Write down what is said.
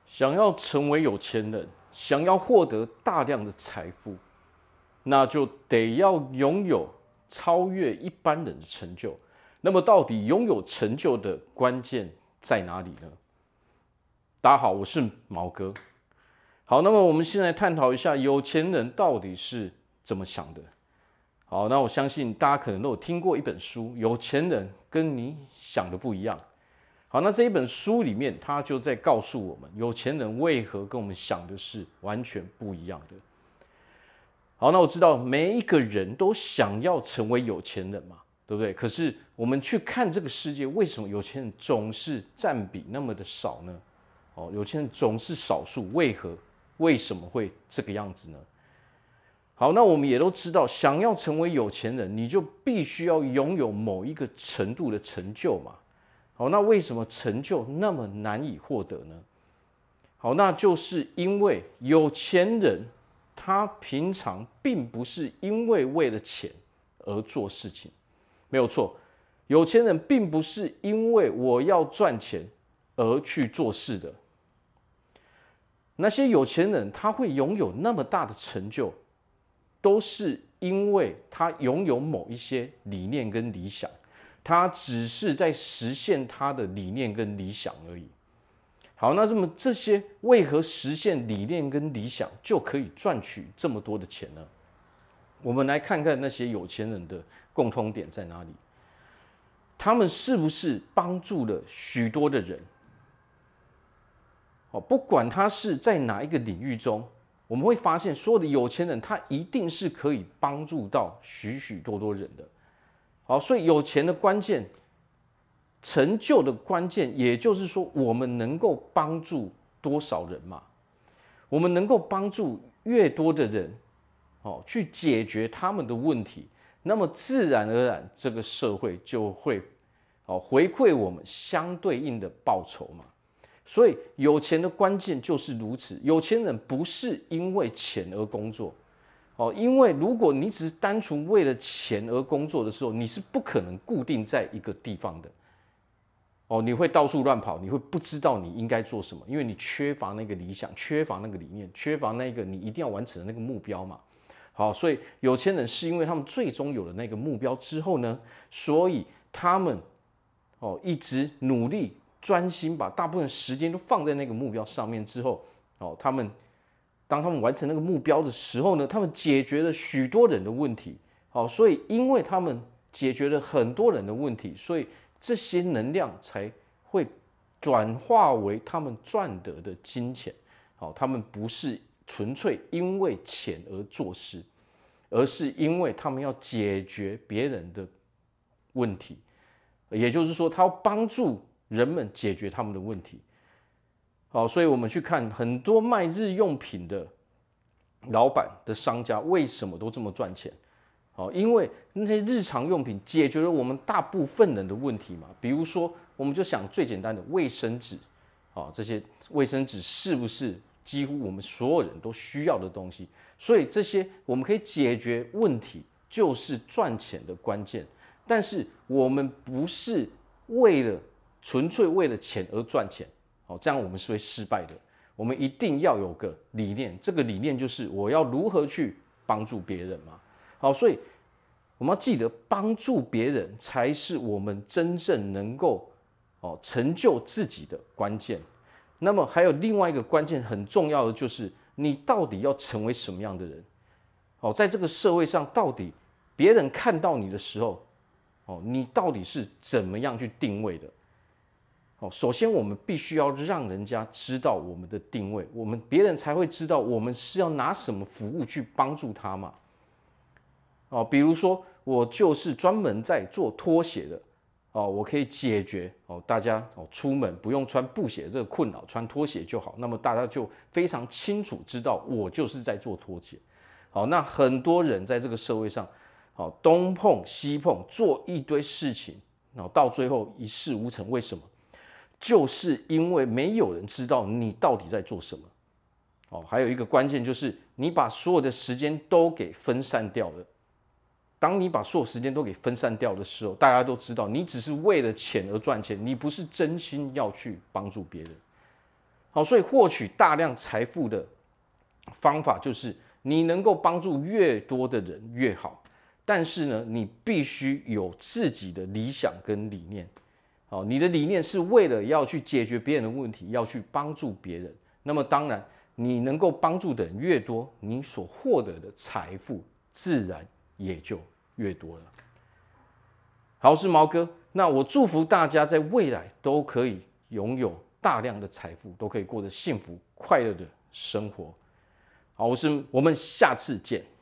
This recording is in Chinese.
想要成为有钱人，想要获得大量的财富，那就得要拥有超越一般人的成就。那么，到底拥有成就的关键在哪里呢？大家好，我是毛哥。好，那么我们先来探讨一下有钱人到底是怎么想的。好，那我相信大家可能都有听过一本书，《有钱人跟你想的不一样》。好，那这一本书里面，他就在告诉我们，有钱人为何跟我们想的是完全不一样的。好，那我知道每一个人都想要成为有钱人嘛，对不对？可是我们去看这个世界，为什么有钱人总是占比那么的少呢？哦，有钱人总是少数，为何？为什么会这个样子呢？好，那我们也都知道，想要成为有钱人，你就必须要拥有某一个程度的成就嘛。好，那为什么成就那么难以获得呢？好，那就是因为有钱人他平常并不是因为了钱而做事情，没有错。有钱人并不是因为我要赚钱而去做事的。那些有钱人他会拥有那么大的成就，都是因为他拥有某一些理念跟理想，他只是在实现他的理念跟理想而已。好，那这些为何实现理念跟理想就可以赚取这么多的钱呢？我们来看看那些有钱人的共通点在哪里。他们是不是帮助了许多的人？不管他是在哪一个领域中，我们会发现所有的有钱人，他一定是可以帮助到许许多多人的。好，所以有钱的关键，成就的关键，也就是说，我们能够帮助多少人嘛？我们能够帮助越多的人，去解决他们的问题，那么自然而然，这个社会就会回馈我们相对应的报酬嘛。所以有钱的关键就是如此。有钱人不是因为钱而工作，因为如果你只是单纯为了钱而工作的时候，你是不可能固定在一个地方的。你会到处乱跑，你会不知道你应该做什么，因为你缺乏那个理想，缺乏那个理念，缺乏那个你一定要完成的那个目标嘛。好，所以有钱人是因为他们最终有了那个目标之后呢，所以他们一直努力专心，把大部分时间都放在那个目标上面之后，当他们完成那个目标的时候呢，他们解决了许多人的问题。好，所以因为他们解决了很多人的问题，所以这些能量才会转化为他们赚得的金钱。好，他们不是纯粹因为钱而做事，而是因为他们要解决别人的问题，也就是说，他要帮助人们解决他们的问题。好，所以我们去看很多卖日用品的老板的商家为什么都这么赚钱？好，因为那些日常用品解决了我们大部分人的问题嘛。比如说，我们就想最简单的卫生纸，这些卫生纸是不是几乎我们所有人都需要的东西？所以这些我们可以解决问题，就是赚钱的关键。但是我们不是纯粹为了钱而赚钱，这样我们是会失败的。我们一定要有个理念，这个理念就是我要如何去帮助别人嘛。好，所以我们要记得，帮助别人才是我们真正能够成就自己的关键。那么还有另外一个关键很重要的，就是你到底要成为什么样的人？在这个社会上，到底别人看到你的时候，你到底是怎么样去定位的？首先我们必须要让人家知道我们的定位，别人才会知道我们是要拿什么服务去帮助他嘛。比如说我就是专门在做拖鞋的，我可以解决大家出门不用穿布鞋这个困扰，穿拖鞋就好。那么大家就非常清楚知道我就是在做拖鞋。好，那很多人在这个社会上，东碰西碰，做一堆事情，到最后一事无成。为什么？就是因为没有人知道你到底在做什么。还有一个关键就是你把所有的时间都给分散掉了。当你把所有时间都给分散掉的时候，大家都知道你只是为了钱而赚钱，你不是真心要去帮助别人。 好，所以获取大量财富的方法就是你能够帮助越多的人越好。但是呢，你必须有自己的理想跟理念。好，你的理念是为了要去解决别人的问题，要去帮助别人。那么当然，你能够帮助的人越多，你所获得的财富自然也就越多了。好，我是毛哥。那我祝福大家在未来都可以拥有大量的财富，都可以过着幸福快乐的生活。好，我们下次见。